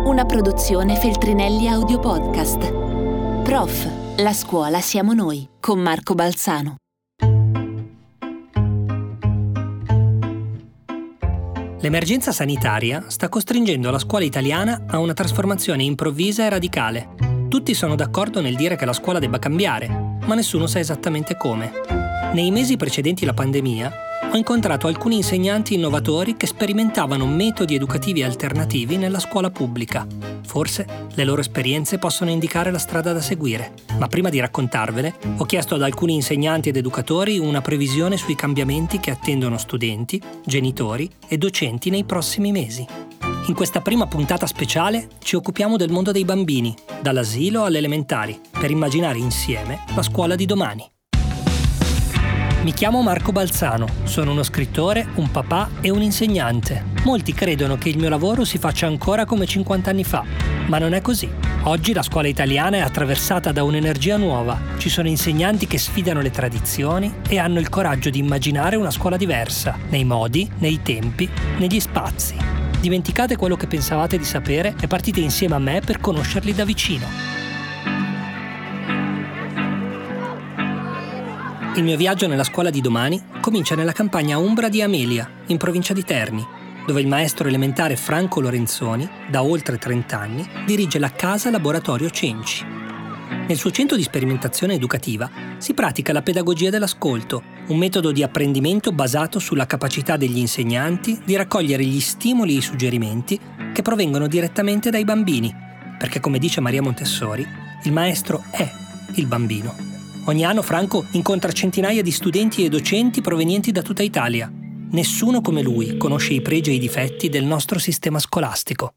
Una produzione Feltrinelli Audio Podcast. Prof, la scuola siamo noi, con Marco Balzano. L'emergenza sanitaria sta costringendo la scuola italiana a una trasformazione improvvisa e radicale. Tutti sono d'accordo nel dire che la scuola debba cambiare, ma nessuno sa esattamente come. Nei mesi precedenti la pandemia, ho incontrato alcuni insegnanti innovatori che sperimentavano metodi educativi alternativi nella scuola pubblica. Forse le loro esperienze possono indicare la strada da seguire. Ma prima di raccontarvele, ho chiesto ad alcuni insegnanti ed educatori una previsione sui cambiamenti che attendono studenti, genitori e docenti nei prossimi mesi. In questa prima puntata speciale ci occupiamo del mondo dei bambini, dall'asilo alle elementari, per immaginare insieme la scuola di domani. Mi chiamo Marco Balzano, sono uno scrittore, un papà e un insegnante. Molti credono che il mio lavoro si faccia ancora come 50 anni fa, ma non è così. Oggi la scuola italiana è attraversata da un'energia nuova. Ci sono insegnanti che sfidano le tradizioni e hanno il coraggio di immaginare una scuola diversa, nei modi, nei tempi, negli spazi. Dimenticate quello che pensavate di sapere e partite insieme a me per conoscerli da vicino. Il mio viaggio nella scuola di domani comincia nella campagna umbra di Amelia, in provincia di Terni, dove il maestro elementare Franco Lorenzoni, da oltre 30 anni, dirige la Casa Laboratorio Cenci. Nel suo centro di sperimentazione educativa si pratica la pedagogia dell'ascolto, un metodo di apprendimento basato sulla capacità degli insegnanti di raccogliere gli stimoli e i suggerimenti che provengono direttamente dai bambini, perché come dice Maria Montessori, il maestro è il bambino. Ogni anno Franco incontra centinaia di studenti e docenti provenienti da tutta Italia. Nessuno come lui conosce i pregi e i difetti del nostro sistema scolastico.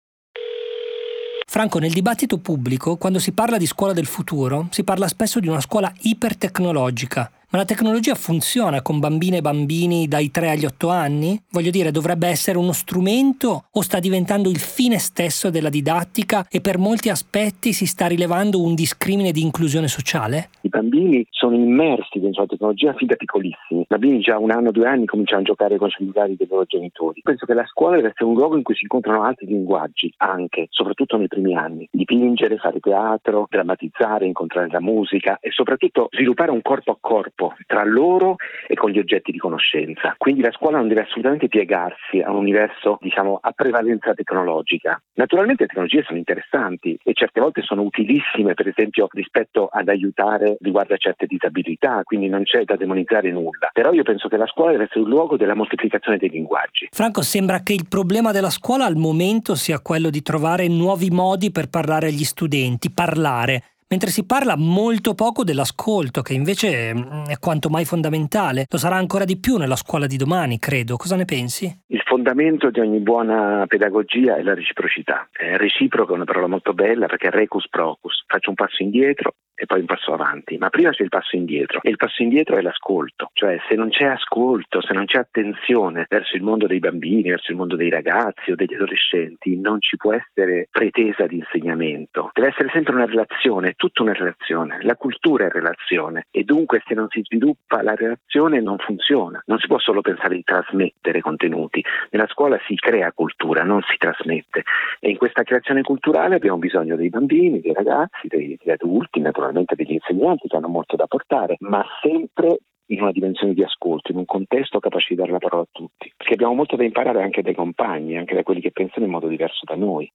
Franco, nel dibattito pubblico, quando si parla di scuola del futuro, si parla spesso di una scuola ipertecnologica. Ma la tecnologia funziona con bambine e bambini dai 3 agli 8 anni? Voglio dire, dovrebbe essere uno strumento o sta diventando il fine stesso della didattica e per molti aspetti si sta rilevando un discrimine di inclusione sociale? I bambini sono immersi dentro la tecnologia fin da piccolissimi. I bambini già 1 anno, 2 anni cominciano a giocare con i cellulari dei loro genitori. Penso che la scuola deve essere un luogo in cui si incontrano altri linguaggi, anche, soprattutto nei primi anni. Dipingere, fare teatro, drammatizzare, incontrare la musica e soprattutto sviluppare un corpo a corpo tra loro e con gli oggetti di conoscenza. Quindi la scuola non deve assolutamente piegarsi a un universo, a prevalenza tecnologica. Naturalmente le tecnologie sono interessanti e certe volte sono utilissime, per esempio rispetto ad aiutare riguardo a certe disabilità, quindi non c'è da demonizzare nulla. Però io penso che la scuola deve essere un luogo della moltiplicazione dei linguaggi. Franco, sembra che il problema della scuola al momento sia quello di trovare nuovi modi per parlare agli studenti, mentre si parla molto poco dell'ascolto, che invece è quanto mai fondamentale. Lo sarà ancora di più nella scuola di domani, credo. Cosa ne pensi? Il fondamento di ogni buona pedagogia è la reciprocità. Reciproco è una parola molto bella perché recus procus. Faccio un passo indietro e poi un passo avanti, ma prima c'è il passo indietro e il passo indietro è l'ascolto. Cioè, se non c'è ascolto, se non c'è attenzione verso il mondo dei bambini, verso il mondo dei ragazzi o degli adolescenti, non ci può essere pretesa di insegnamento. Deve essere sempre una relazione, tutta una relazione. La cultura è relazione e dunque se non si sviluppa la relazione non funziona. Non si può solo pensare di trasmettere contenuti. Nella scuola si crea cultura, non si trasmette. E in questa creazione culturale abbiamo bisogno dei bambini, dei ragazzi, degli adulti, naturalmente degli insegnanti che hanno molto da portare, ma sempre in una dimensione di ascolto, in un contesto capace di dare la parola a tutti. Perché abbiamo molto da imparare anche dai compagni, anche da quelli che pensano in modo diverso da noi.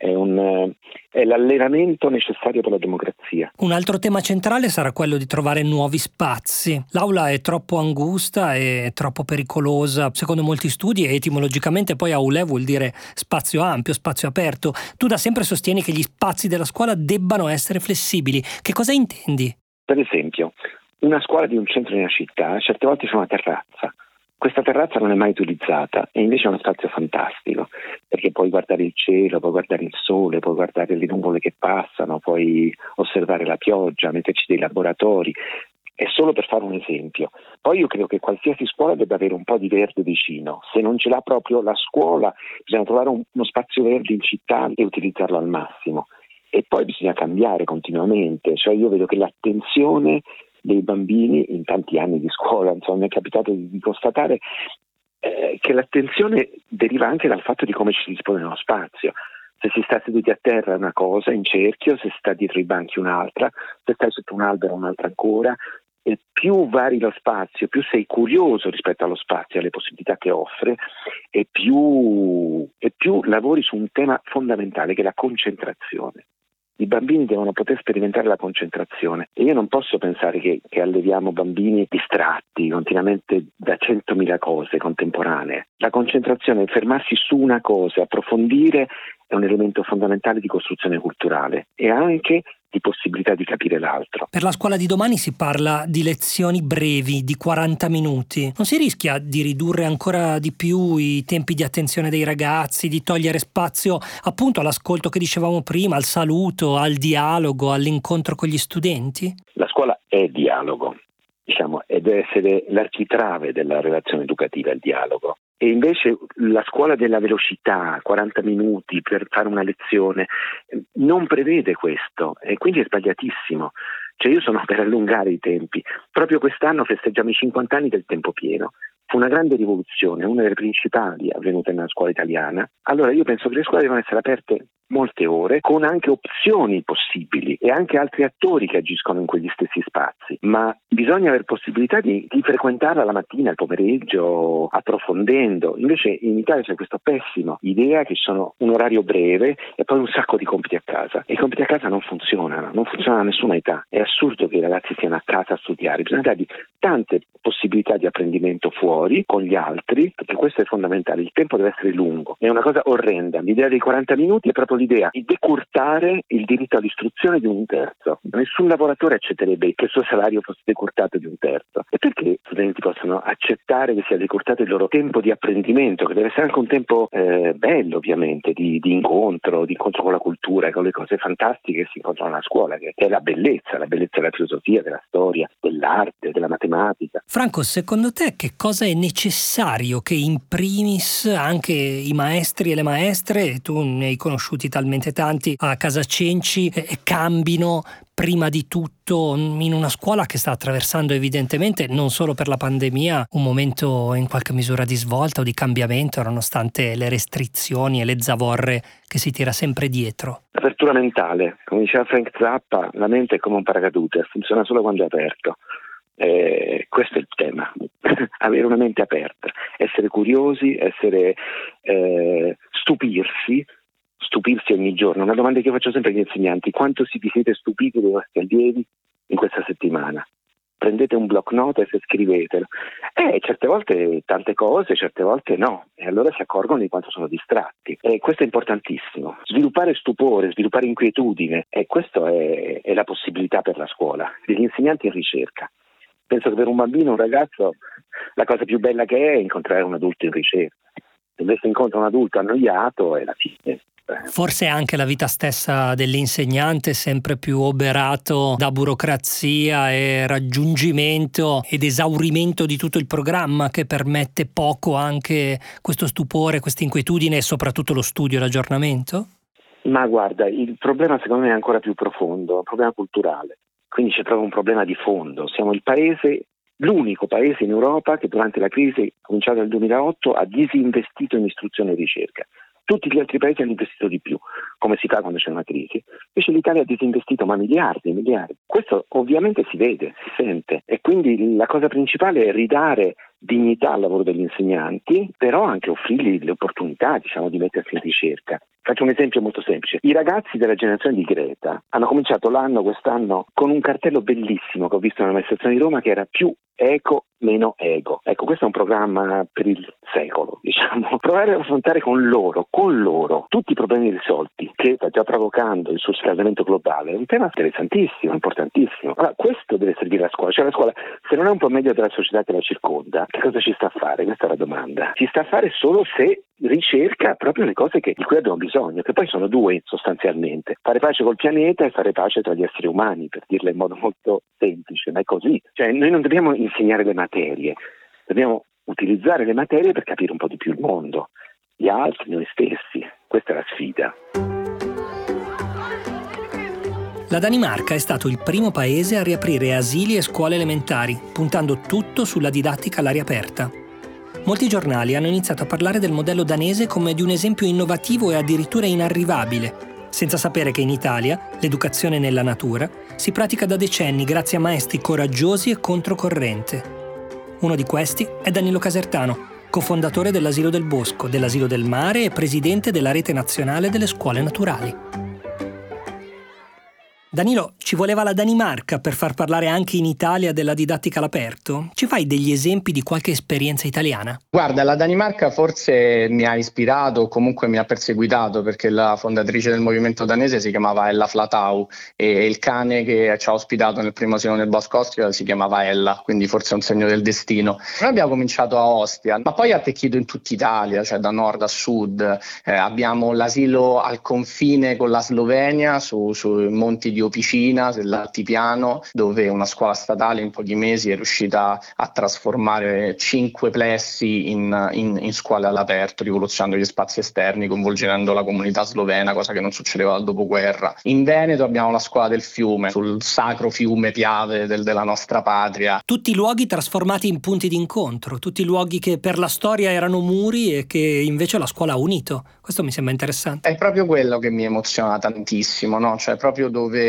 È l'allenamento necessario per la democrazia. Un altro tema centrale sarà quello di trovare nuovi spazi. L'aula è troppo angusta e troppo pericolosa, secondo molti studi, e etimologicamente poi aulè vuol dire spazio ampio, spazio aperto. Tu da sempre sostieni che gli spazi della scuola debbano essere flessibili. Che cosa intendi? Per esempio, una scuola di un centro di una città certe volte c'è una terrazza. Questa terrazza non è mai utilizzata e invece è uno spazio fantastico perché puoi guardare il cielo, puoi guardare il sole, puoi guardare le nuvole che passano, puoi osservare la pioggia, metterci dei laboratori. È solo per fare un esempio. Poi io credo che qualsiasi scuola debba avere un po' di verde vicino. Se non ce l'ha proprio la scuola, bisogna trovare uno spazio verde in città e utilizzarlo al massimo. E poi bisogna cambiare continuamente. Cioè io vedo che l'attenzione dei bambini in tanti anni di scuola, mi è capitato di constatare che l'attenzione deriva anche dal fatto di come ci si dispone nello spazio. Se si sta seduti a terra è una cosa, in cerchio, se sta dietro i banchi un'altra, se stai sotto un albero un'altra ancora. E più vari lo spazio, più sei curioso rispetto allo spazio e alle possibilità che offre, e più lavori su un tema fondamentale che è la concentrazione. I bambini devono poter sperimentare la concentrazione e io non posso pensare che alleviamo bambini distratti continuamente da 100.000 cose contemporanee. La concentrazione, fermarsi su una cosa, approfondire, è un elemento fondamentale di costruzione culturale e anche di possibilità di capire l'altro. Per la scuola di domani si parla di lezioni brevi, di 40 minuti. Non si rischia di ridurre ancora di più i tempi di attenzione dei ragazzi, di togliere spazio appunto all'ascolto che dicevamo prima, al saluto, al dialogo, all'incontro con gli studenti? La scuola è dialogo, e deve essere l'architrave della relazione educativa, il dialogo. E invece la scuola della velocità, 40 minuti per fare una lezione, non prevede questo e quindi è sbagliatissimo. Io sono per allungare i tempi. Proprio quest'anno festeggiamo i 50 anni del tempo pieno. Fu una grande rivoluzione, una delle principali avvenute nella scuola italiana. Allora io penso che le scuole devono essere aperte molte ore, con anche opzioni possibili e anche altri attori che agiscono in quegli stessi spazi, ma bisogna avere possibilità di frequentarla la mattina, il pomeriggio, approfondendo. Invece in Italia c'è questa pessima idea che ci sono un orario breve e poi un sacco di compiti a casa, e i compiti a casa non funzionano a nessuna età. È assurdo che i ragazzi stiano a casa a studiare, bisogna dargli tante possibilità di apprendimento fuori con gli altri, perché questo è fondamentale. Il tempo deve essere lungo, è una cosa orrenda. L'idea dei 40 minuti è proprio l'idea di decurtare il diritto all'istruzione di un terzo. Nessun lavoratore accetterebbe che il suo salario fosse decurtato di un terzo. E perché gli studenti possono accettare che sia decurtato il loro tempo di apprendimento, che deve essere anche un tempo bello, ovviamente, di incontro con la cultura e con le cose fantastiche che si incontrano alla scuola, che è la bellezza della filosofia, della storia, dell'arte, della matematica. Franco, secondo te che cosa è necessario che in primis anche i maestri e le maestre, tu ne hai conosciuti talmente tanti a Casa Cenci, cambino prima di tutto in una scuola che sta attraversando evidentemente, non solo per la pandemia, un momento in qualche misura di svolta o di cambiamento, nonostante le restrizioni e le zavorre che si tira sempre dietro? Apertura mentale, come diceva Frank Zappa, la mente è come un paracadute, funziona solo quando è aperto. Questo è il tema, avere una mente aperta, essere curiosi, stupirsi ogni giorno. Una domanda che io faccio sempre agli insegnanti: quanto vi siete stupiti dei vostri allievi in questa settimana? Prendete un block notes e scrivetelo. Certe volte tante cose, certe volte no, e allora si accorgono di quanto sono distratti. E questo è importantissimo. Sviluppare stupore, sviluppare inquietudine, e questa è la possibilità per la scuola, degli insegnanti in ricerca. Penso che per un bambino, un ragazzo, la cosa più bella che è incontrare un adulto in ricerca. Se invece incontra un adulto annoiato è la fine. Forse anche la vita stessa dell'insegnante, sempre più oberato da burocrazia e raggiungimento ed esaurimento di tutto il programma, che permette poco anche questo stupore, questa inquietudine e soprattutto lo studio e l'aggiornamento? Ma guarda, il problema secondo me è ancora più profondo, un problema culturale. Quindi c'è proprio un problema di fondo. Siamo l'unico paese in Europa che durante la crisi, cominciata nel 2008, ha disinvestito in istruzione e ricerca. Tutti gli altri paesi hanno investito di più, come si fa quando c'è una crisi. Invece l'Italia ha disinvestito miliardi. Questo ovviamente si vede, si sente, e quindi la cosa principale è ridare dignità al lavoro degli insegnanti, però anche offrirgli le opportunità, di mettersi in ricerca. Faccio un esempio molto semplice. I ragazzi della generazione di Greta hanno cominciato quest'anno con un cartello bellissimo che ho visto nella manifestazione di Roma, che era più eco, meno ego. Ecco, questo è un programma per il secolo, Provare ad affrontare con loro, tutti i problemi risolti che sta già provocando il surriscaldamento globale è un tema interessantissimo, importantissimo. Allora, questo deve servire alla scuola. La scuola, se non è un po' meglio della società che la circonda, che cosa ci sta a fare? Questa è la domanda. Ci sta a fare solo se ricerca proprio le cose di cui abbiamo bisogno, che poi sono due sostanzialmente: fare pace col pianeta e fare pace tra gli esseri umani, per dirla in modo molto semplice, ma è così. Noi non dobbiamo insegnare le materie, dobbiamo utilizzare le materie per capire un po' di più il mondo, gli altri, noi stessi. Questa è la sfida. La Danimarca è stato il primo paese a riaprire asili e scuole elementari, puntando tutto sulla didattica all'aria aperta. molti giornali hanno iniziato a parlare del modello danese come di un esempio innovativo e addirittura inarrivabile, senza sapere che in Italia l'educazione nella natura si pratica da decenni grazie a maestri coraggiosi e controcorrente. Uno di questi è Danilo Casertano, cofondatore dell'Asilo del Bosco, dell'Asilo del Mare e presidente della Rete Nazionale delle Scuole Naturali. Danilo, ci voleva la Danimarca per far parlare anche in Italia della didattica all'aperto? Ci fai degli esempi di qualche esperienza italiana? Guarda, la Danimarca forse mi ha ispirato, comunque mi ha perseguitato, perché la fondatrice del movimento danese si chiamava Ella Flatau e il cane che ci ha ospitato nel primo asilo nel Bosco Ostia si chiamava Ella, quindi forse è un segno del destino. Noi abbiamo cominciato a Ostia, ma poi ha attecchito in tutta Italia, cioè da nord a sud. Abbiamo l'asilo al confine con la Slovenia, sui monti di Opicina, dell'altipiano, dove una scuola statale in pochi mesi è riuscita a trasformare 5 plessi in scuole all'aperto, rivoluzionando gli spazi esterni, coinvolgendo la comunità slovena, cosa che non succedeva dal dopoguerra. In Veneto abbiamo la scuola del fiume, sul sacro fiume Piave della nostra patria. Tutti luoghi trasformati in punti d'incontro, tutti luoghi che per la storia erano muri e che invece la scuola ha unito. Questo mi sembra interessante. È proprio quello che mi emoziona tantissimo, no? Cioè proprio dove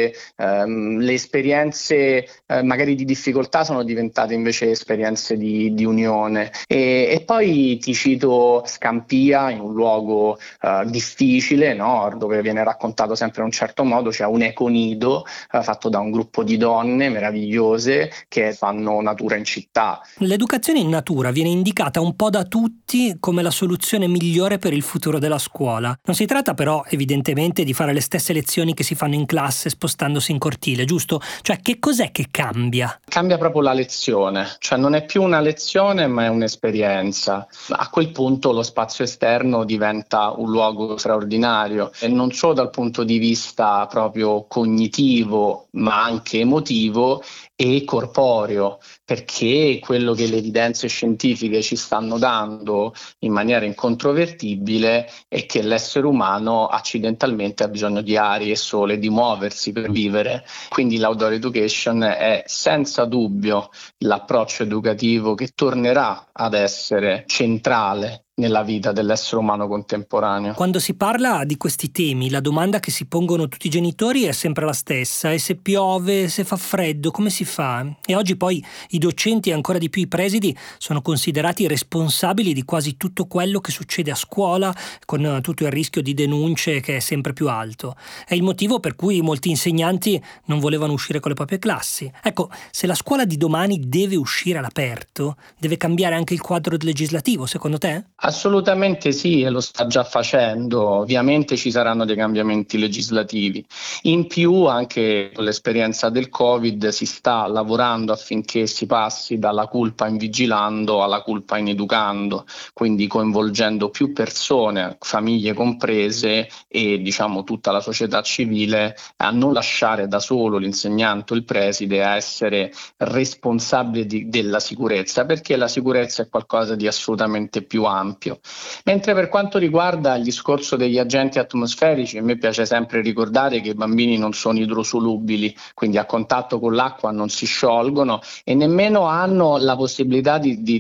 le esperienze magari di difficoltà sono diventate invece esperienze di unione. E poi ti cito Scampia, in un luogo difficile, no? Dove viene raccontato sempre in un certo modo. C'è un econido fatto da un gruppo di donne meravigliose che fanno natura in città. L'educazione in natura viene indicata un po' da tutti come la soluzione migliore per il futuro della scuola. Non si tratta però evidentemente di fare le stesse lezioni che si fanno in classe spostandosi in cortile, giusto? Cioè, che cos'è che cambia? Cambia proprio la lezione, cioè non è più una lezione ma è un'esperienza. A quel punto lo spazio esterno diventa un luogo straordinario e non solo dal punto di vista proprio cognitivo ma anche emotivo e corporeo, perché quello che le evidenze scientifiche ci stanno dando in maniera incontrovertibile è che l'essere umano accidentalmente ha bisogno di aria e sole, di muoversi per vivere. Quindi l'outdoor education è senza dubbio l'approccio educativo che tornerà ad essere centrale nella vita dell'essere umano contemporaneo. Quando si parla di questi temi, la domanda che si pongono tutti i genitori è sempre la stessa: e se piove, se fa freddo, come si fa? E oggi poi i docenti e ancora di più i presidi sono considerati responsabili di quasi tutto quello che succede a scuola, con tutto il rischio di denunce che è sempre più alto. È il motivo per cui molti insegnanti non volevano uscire con le proprie classi. Ecco, se la scuola di domani deve uscire all'aperto, deve cambiare anche il quadro legislativo, secondo te? Assolutamente sì, e lo sta già facendo. Ovviamente ci saranno dei cambiamenti legislativi. In più, anche con l'esperienza del Covid, si sta lavorando affinché si passi dalla culpa in vigilando alla culpa in educando, quindi coinvolgendo più persone, famiglie comprese, e tutta la società civile a non lasciare da solo l'insegnante o il preside a essere responsabile della sicurezza, perché la sicurezza è qualcosa di assolutamente più ampio. Mentre per quanto riguarda il discorso degli agenti atmosferici, a me piace sempre ricordare che i bambini non sono idrosolubili, quindi a contatto con l'acqua non si sciolgono e nemmeno hanno la possibilità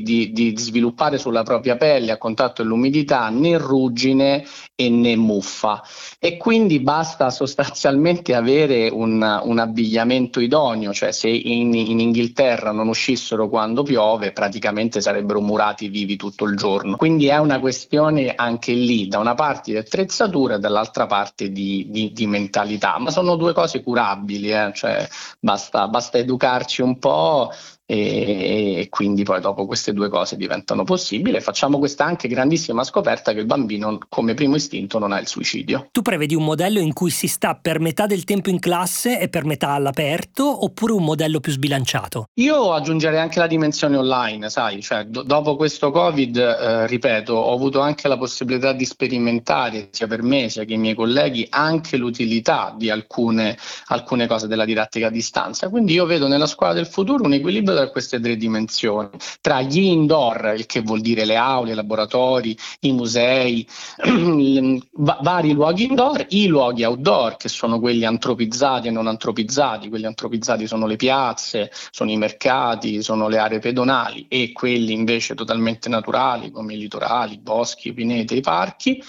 di sviluppare sulla propria pelle a contatto dell'umidità né ruggine e né muffa, e quindi basta sostanzialmente avere un abbigliamento idoneo. Cioè, se in Inghilterra non uscissero quando piove, praticamente sarebbero murati vivi tutto il giorno. Quindi è una questione anche lì, da una parte di attrezzatura e dall'altra parte di mentalità, ma sono due cose curabili, cioè basta educarci un po' e quindi poi dopo queste due cose diventano possibili. Facciamo questa anche grandissima scoperta che il bambino come primo istinto non ha il suicidio. Tu prevedi un modello in cui si sta per metà del tempo in classe e per metà all'aperto, oppure un modello più sbilanciato? Io aggiungerei anche la dimensione online, sai, cioè dopo questo Covid, ripeto, ho avuto anche la possibilità di sperimentare, sia per me sia che i miei colleghi, anche l'utilità di alcune cose della didattica a distanza. Quindi io vedo nella scuola del futuro un equilibrio queste 3 dimensioni, tra gli indoor, il che vuol dire le aule, i laboratori, i musei, vari luoghi indoor, i luoghi outdoor, che sono quelli antropizzati e non antropizzati. Quelli antropizzati sono le piazze, sono i mercati, sono le aree pedonali, e quelli invece totalmente naturali come i litorali, i boschi, i pineti, i parchi,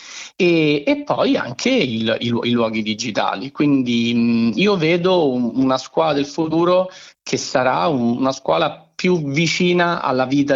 e poi anche i luoghi digitali. Quindi io vedo una scuola del futuro che sarà una scuola più vicina alla vita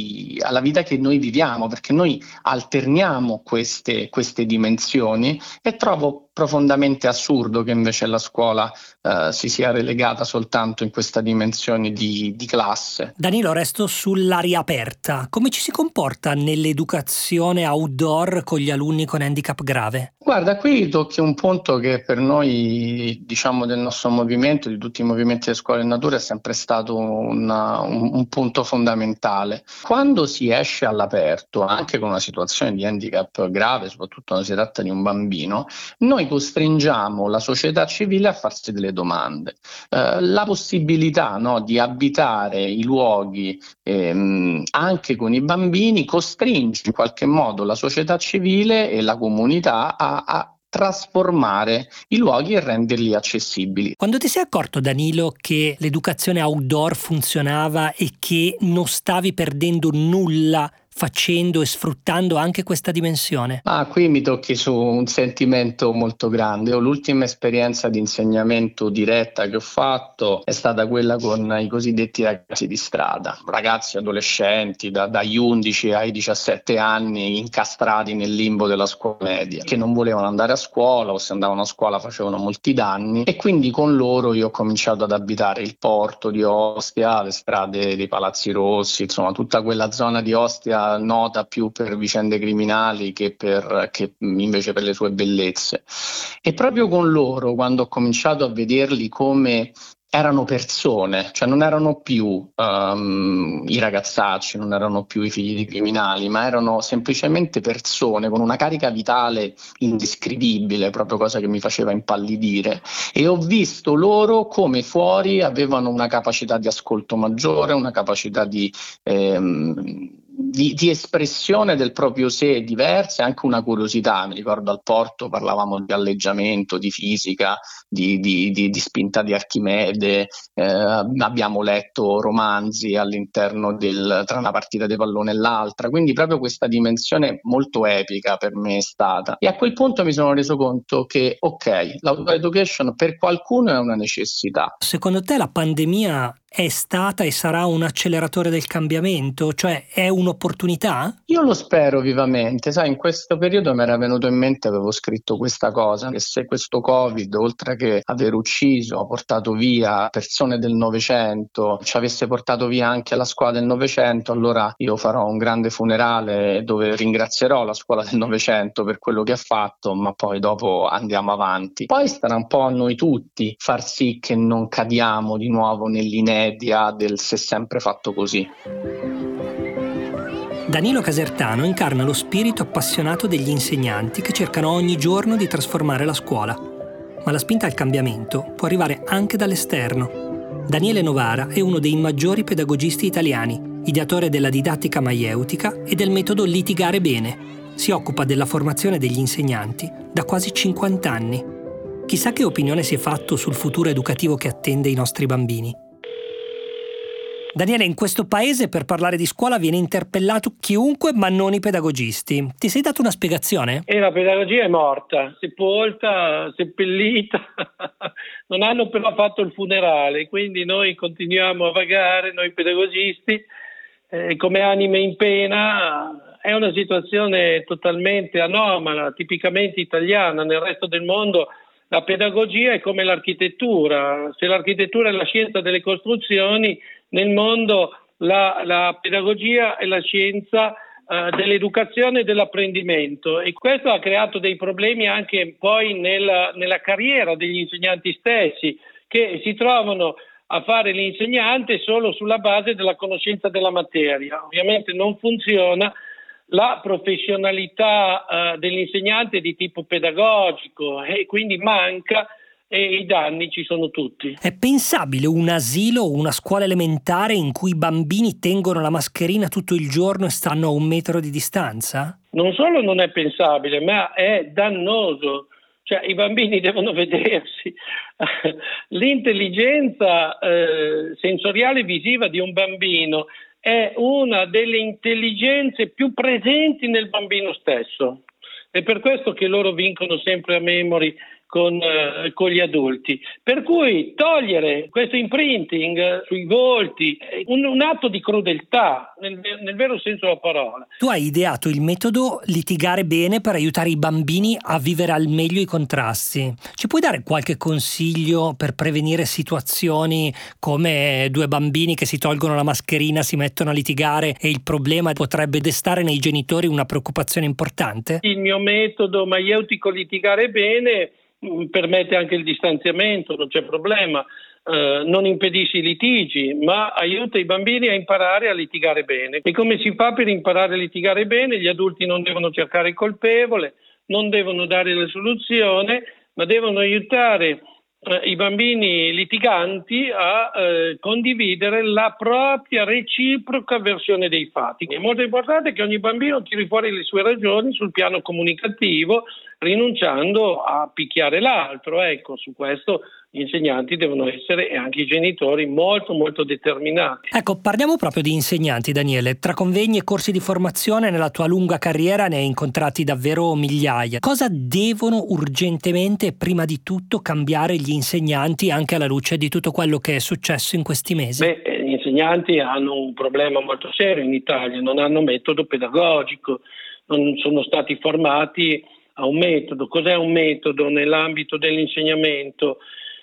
che noi viviamo, perché noi alterniamo queste dimensioni, e trovo profondamente assurdo che invece la scuola si sia relegata soltanto in questa dimensione di classe. Danilo, resto sull'aria aperta. Come ci si comporta nell'educazione outdoor con gli alunni con handicap grave? Guarda, qui tocchi un punto che per noi, diciamo, del nostro movimento, di tutti i movimenti delle scuole in natura, è sempre stato un punto fondamentale. Quando si esce all'aperto, anche con una situazione di handicap grave, soprattutto quando si tratta di un bambino, noi costringiamo la società civile a farsi delle domande. La possibilità, no, di abitare i luoghi anche con i bambini costringe in qualche modo la società civile e la comunità a trasformare i luoghi e renderli accessibili. Quando ti sei accorto, Danilo, che l'educazione outdoor funzionava e che non stavi perdendo nulla facendo e sfruttando anche questa dimensione? Qui mi tocchi su un sentimento molto grande. L'ultima esperienza di insegnamento diretta che ho fatto è stata quella con i cosiddetti ragazzi di strada, ragazzi adolescenti dagli 11 ai 17 anni, incastrati nel limbo della scuola media, che non volevano andare a scuola, o se andavano a scuola facevano molti danni, e quindi con loro io ho cominciato ad abitare il porto di Ostia, le strade dei Palazzi Rossi, insomma tutta quella zona di Ostia nota più per vicende criminali che invece per le sue bellezze. E proprio con loro, quando ho cominciato a vederli come erano persone, cioè non erano più i ragazzacci, non erano più i figli di criminali, ma erano semplicemente persone con una carica vitale indescrivibile, proprio cosa che mi faceva impallidire. E ho visto loro come fuori avevano una capacità di ascolto maggiore, una capacità di espressione del proprio sé diversa, e anche una curiosità. Mi ricordo al porto parlavamo di galleggiamento, di fisica, di spinta di Archimede, abbiamo letto romanzi all'interno tra una partita di pallone e l'altra, quindi proprio questa dimensione molto epica per me è stata. E a quel punto mi sono reso conto che l'outdoor education per qualcuno è una necessità. Secondo te la pandemia è stata e sarà un acceleratore del cambiamento? Cioè è un'opportunità? Io lo spero vivamente. Sai, in questo periodo mi era venuto in mente, avevo scritto questa cosa, che se questo Covid, oltre che aver ucciso, ha portato via persone del Novecento, ci avesse portato via anche la scuola del Novecento, allora io farò un grande funerale dove ringrazierò la scuola del Novecento per quello che ha fatto, ma poi dopo andiamo avanti. Poi starà un po' a noi tutti far sì che non cadiamo di nuovo nell'inedia del "si è sempre fatto così". Danilo Casertano incarna lo spirito appassionato degli insegnanti che cercano ogni giorno di trasformare la scuola. Ma la spinta al cambiamento può arrivare anche dall'esterno. Daniele Novara è uno dei maggiori pedagogisti italiani, ideatore della didattica maieutica e del metodo Litigare Bene. Si occupa della formazione degli insegnanti da quasi 50 anni. Chissà che opinione si è fatto sul futuro educativo che attende i nostri bambini. Daniele, in questo paese per parlare di scuola viene interpellato chiunque, ma non i pedagogisti. Ti sei dato una spiegazione? La pedagogia è morta, sepolta, seppellita. Non hanno però fatto il funerale, quindi noi continuiamo a vagare, noi pedagogisti, come anime in pena. È una situazione totalmente anomala, tipicamente italiana. Nel resto del mondo la pedagogia è come l'architettura. Se l'architettura è la scienza delle costruzioni, nel mondo la pedagogia è la scienza dell'educazione e dell'apprendimento, e questo ha creato dei problemi anche poi nella carriera degli insegnanti stessi, che si trovano a fare l'insegnante solo sulla base della conoscenza della materia. Ovviamente non funziona. La professionalità dell'insegnante è di tipo pedagogico e quindi manca e i danni ci sono tutti. È pensabile un asilo o una scuola elementare in cui i bambini tengono la mascherina tutto il giorno e stanno a 1 metro di distanza? Non solo non è pensabile, ma è dannoso. Cioè, i bambini devono vedersi. L'intelligenza sensoriale visiva di un bambino è una delle intelligenze più presenti nel bambino stesso. È per questo che loro vincono sempre a memory con gli adulti. Per cui togliere questo imprinting sui volti è un atto di crudeltà, nel vero senso della parola. Tu hai ideato il metodo litigare bene per aiutare i bambini a vivere al meglio i contrasti. Ci puoi dare qualche consiglio per prevenire situazioni come 2 bambini che si tolgono la mascherina, si mettono a litigare e il problema potrebbe destare nei genitori una preoccupazione importante? Il mio metodo maieutico litigare bene permette anche il distanziamento, non c'è problema, non impedisce i litigi, ma aiuta i bambini a imparare a litigare bene. E come si fa per imparare a litigare bene? Gli adulti non devono cercare il colpevole, non devono dare la soluzione, ma devono aiutare i bambini litiganti a condividere la propria reciproca versione dei fatti. È molto importante che ogni bambino tiri fuori le sue ragioni sul piano comunicativo, rinunciando a picchiare l'altro. Ecco, su questo gli insegnanti devono essere, e anche i genitori, molto molto determinati. Ecco, parliamo proprio di insegnanti, Daniele. Tra convegni e corsi di formazione nella tua lunga carriera ne hai incontrati davvero migliaia. Cosa devono urgentemente e prima di tutto cambiare gli insegnanti anche alla luce di tutto quello che è successo in questi mesi? Gli insegnanti hanno un problema molto serio in Italia, non hanno metodo pedagogico, non sono stati formati a un metodo. Cos'è un metodo nell'ambito dell'insegnamento?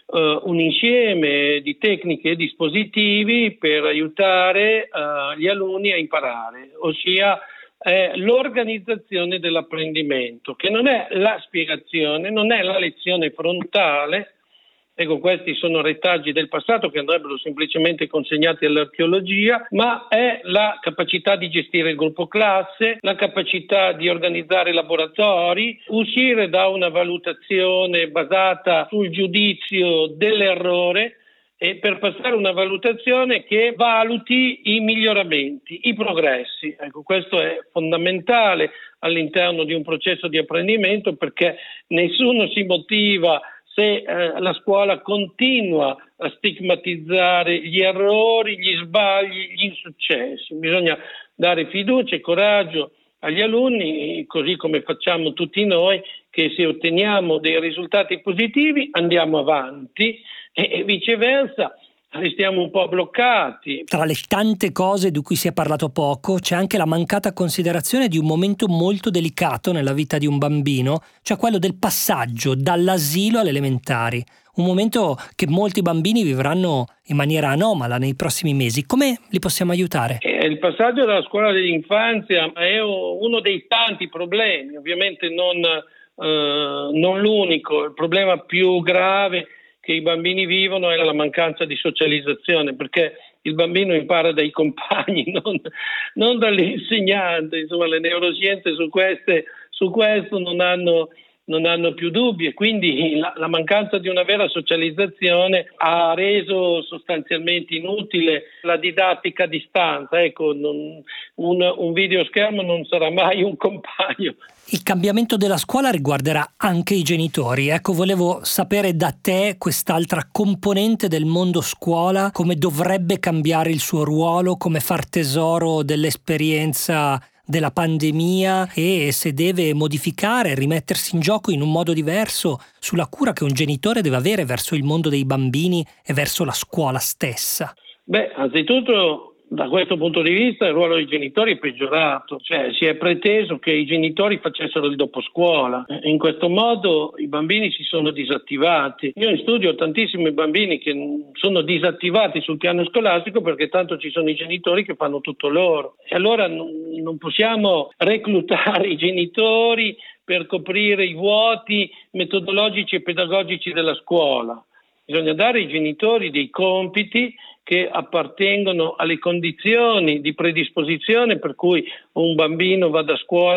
Un insieme di tecniche e dispositivi per aiutare gli alunni a imparare, ossia l'organizzazione dell'apprendimento, che non è la spiegazione, non è la lezione frontale. Ecco, questi sono retaggi del passato che andrebbero semplicemente consegnati all'archeologia, ma è la capacità di gestire il gruppo classe, la capacità di organizzare laboratori, uscire da una valutazione basata sul giudizio dell'errore e per passare a una valutazione che valuti i miglioramenti, i progressi. Ecco, questo è fondamentale all'interno di un processo di apprendimento, perché nessuno si motiva se la scuola continua a stigmatizzare gli errori, gli sbagli, gli insuccessi. Bisogna dare fiducia e coraggio agli alunni, così come facciamo tutti noi, che se otteniamo dei risultati positivi andiamo avanti e viceversa restiamo un po' bloccati. Tra le tante cose di cui si è parlato poco c'è anche la mancata considerazione di un momento molto delicato nella vita di un bambino, cioè quello del passaggio dall'asilo alle elementari, un momento che molti bambini vivranno in maniera anomala nei prossimi mesi. Come li possiamo aiutare? Il passaggio dalla scuola dell'infanzia è uno dei tanti problemi, ovviamente non l'unico. Il problema più grave che i bambini vivono è la mancanza di socializzazione, perché il bambino impara dai compagni, non dall'insegnante. Insomma, le neuroscienze su questo non hanno più dubbi, e quindi la mancanza di una vera socializzazione ha reso sostanzialmente inutile la didattica a distanza. Ecco, un videoschermo non sarà mai un compagno. Il cambiamento della scuola riguarderà anche i genitori. Ecco, volevo sapere da te quest'altra componente del mondo scuola, come dovrebbe cambiare il suo ruolo, come far tesoro dell'esperienza della pandemia e se deve modificare, rimettersi in gioco in un modo diverso sulla cura che un genitore deve avere verso il mondo dei bambini e verso la scuola stessa. Anzitutto, da questo punto di vista il ruolo dei genitori è peggiorato, cioè si è preteso che i genitori facessero il doposcuola. In questo modo i bambini si sono disattivati. Io in studio ho tantissimi bambini che sono disattivati sul piano scolastico perché tanto ci sono i genitori che fanno tutto loro. E allora non possiamo reclutare i genitori per coprire i vuoti metodologici e pedagogici della scuola. Bisogna dare ai genitori dei compiti che appartengono alle condizioni di predisposizione per cui un bambino vada a scuola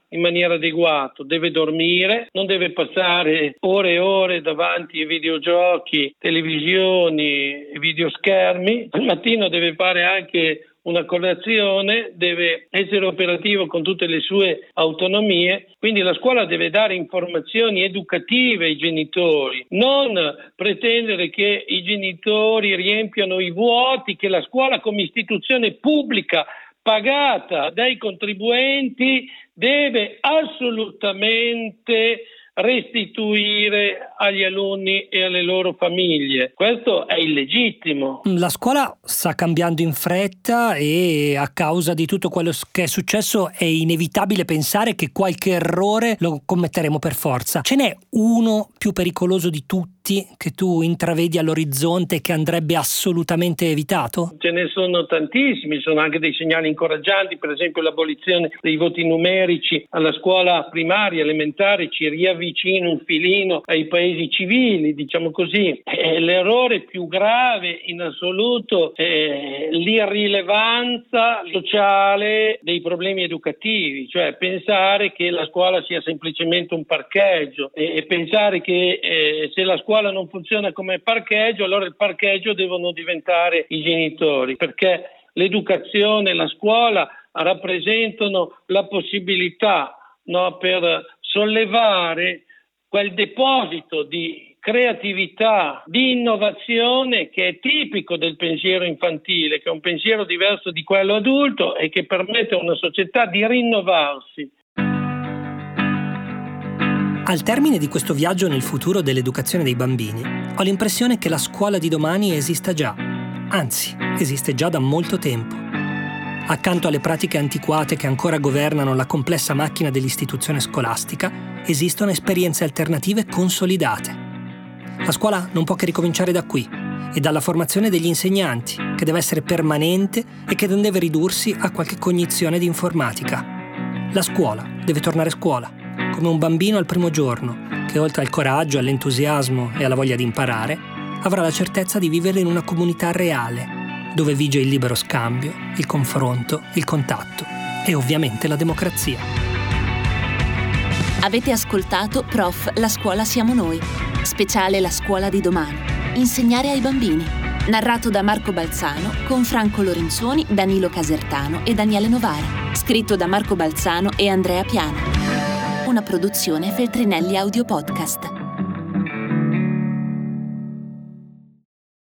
in maniera adeguata, deve dormire, non deve passare ore e ore davanti ai videogiochi, televisioni e videoschermi, al mattino deve fare anche una colazione, deve essere operativo con tutte le sue autonomie, quindi la scuola deve dare informazioni educative ai genitori, non pretendere che i genitori riempiano i vuoti che la scuola come istituzione pubblica pagata dai contribuenti deve assolutamente restituire agli alunni e alle loro famiglie. Questo è illegittimo. La scuola sta cambiando in fretta e a causa di tutto quello che è successo è inevitabile pensare che qualche errore lo commetteremo per forza. Ce n'è uno più pericoloso di tutti che tu intravedi all'orizzonte che andrebbe assolutamente evitato? Ce ne sono tantissimi, sono anche dei segnali incoraggianti, per esempio l'abolizione dei voti numerici alla scuola primaria, elementare, ci riavvicina un filino ai paesi civili, diciamo così. L'errore più grave in assoluto è l'irrilevanza sociale dei problemi educativi, cioè pensare che la scuola sia semplicemente un parcheggio e pensare che se la scuola non funziona come parcheggio, allora il parcheggio devono diventare i genitori, perché l'educazione e la scuola rappresentano la possibilità, no, per sollevare quel deposito di creatività, di innovazione che è tipico del pensiero infantile, che è un pensiero diverso di quello adulto e che permette a una società di rinnovarsi. Al termine di questo viaggio nel futuro dell'educazione dei bambini, ho l'impressione che la scuola di domani esista già, anzi, esiste già da molto tempo. Accanto alle pratiche antiquate che ancora governano la complessa macchina dell'istituzione scolastica, esistono esperienze alternative consolidate. La scuola non può che ricominciare da qui e dalla formazione degli insegnanti, che deve essere permanente e che non deve ridursi a qualche cognizione di informatica. La scuola deve tornare scuola, come un bambino al primo giorno, che oltre al coraggio, all'entusiasmo e alla voglia di imparare, avrà la certezza di vivere in una comunità reale, dove vige il libero scambio, il confronto, il contatto e ovviamente la democrazia. Avete ascoltato Prof. La scuola siamo noi, speciale La scuola di domani. Insegnare ai bambini. Narrato da Marco Balzano con Franco Lorenzoni, Danilo Casertano e Daniele Novara. Scritto da Marco Balzano e Andrea Piano. Una produzione Feltrinelli Audio Podcast.